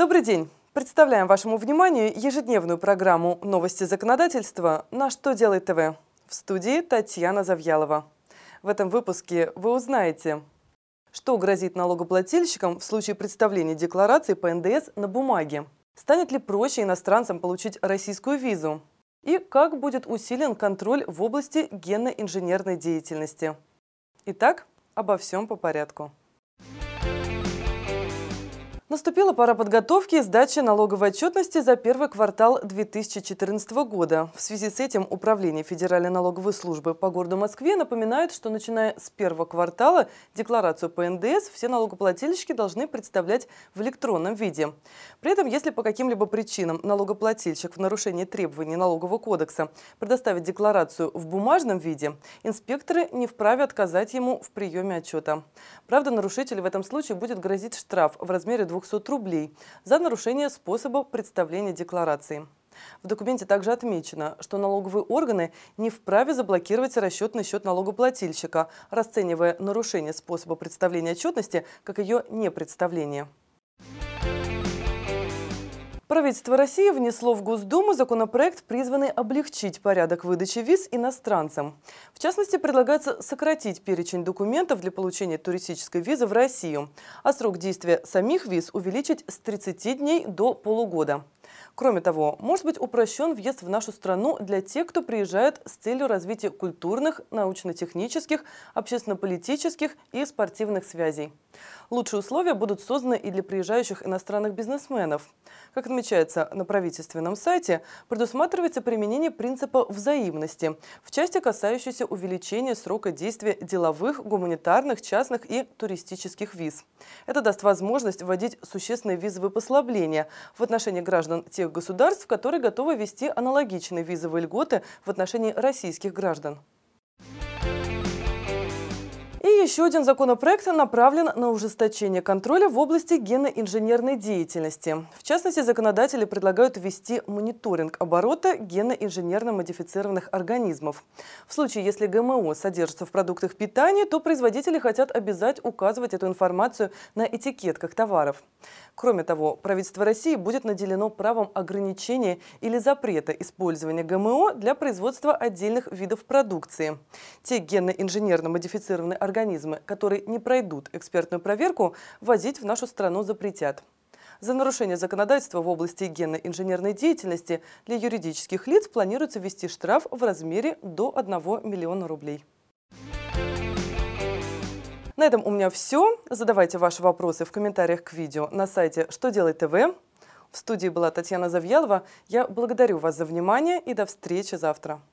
Добрый день! Представляем вашему вниманию ежедневную программу «Новости законодательства» на «Что делает ТВ». В студии Татьяна Завьялова. В этом выпуске вы узнаете, что грозит налогоплательщикам в случае представления декларации по НДС на бумаге, станет ли проще иностранцам получить российскую визу и как будет усилен контроль в области генно-инженерной деятельности. Итак, обо всем по порядку. Наступила пора подготовки и сдачи налоговой отчетности за первый квартал 2014 года. В связи с этим Управление Федеральной налоговой службы по городу Москве напоминает, что начиная с первого квартала декларацию по НДС все налогоплательщики должны представлять в электронном виде. При этом, если по каким-либо причинам налогоплательщик в нарушении требований Налогового кодекса предоставит декларацию в бумажном виде, инспекторы не вправе отказать ему в приеме отчета. Правда, нарушителю в этом случае будет грозить штраф в размере 200 рублей за нарушение способа представления декларации. В документе также отмечено, что налоговые органы не вправе заблокировать расчетный счет налогоплательщика, расценивая нарушение способа представления отчетности как ее непредставление. Правительство России внесло в Госдуму законопроект, призванный облегчить порядок выдачи виз иностранцам. В частности, предлагается сократить перечень документов для получения туристической визы в Россию, а срок действия самих виз увеличить с 30 дней до полугода. Кроме того, может быть упрощен въезд в нашу страну для тех, кто приезжает с целью развития культурных, научно-технических, общественно-политических и спортивных связей. Лучшие условия будут созданы и для приезжающих иностранных бизнесменов. Как отмечается на правительственном сайте, предусматривается применение принципа взаимности в части, касающейся увеличения срока действия деловых, гуманитарных, частных и туристических виз. Это даст возможность вводить существенные визовые послабления в отношении граждан тех государств, которые готовы ввести аналогичные визовые льготы в отношении российских граждан. И еще один законопроект направлен на ужесточение контроля в области генно-инженерной деятельности. В частности, законодатели предлагают ввести мониторинг оборота генно-инженерно-модифицированных организмов. В случае, если ГМО содержится в продуктах питания, то производители хотят обязать указывать эту информацию на этикетках товаров. Кроме того, правительство России будет наделено правом ограничения или запрета использования ГМО для производства отдельных видов продукции. Те генно-инженерно-модифицированные организмы, которые не пройдут экспертную проверку, ввозить в нашу страну запретят. За нарушение законодательства в области генно-инженерной деятельности для юридических лиц планируется ввести штраф в размере до 1 миллиона рублей. На этом у меня все. Задавайте ваши вопросы в комментариях к видео на сайте «Что делает ТВ». В студии была Татьяна Завьялова. Я благодарю вас за внимание и до встречи завтра.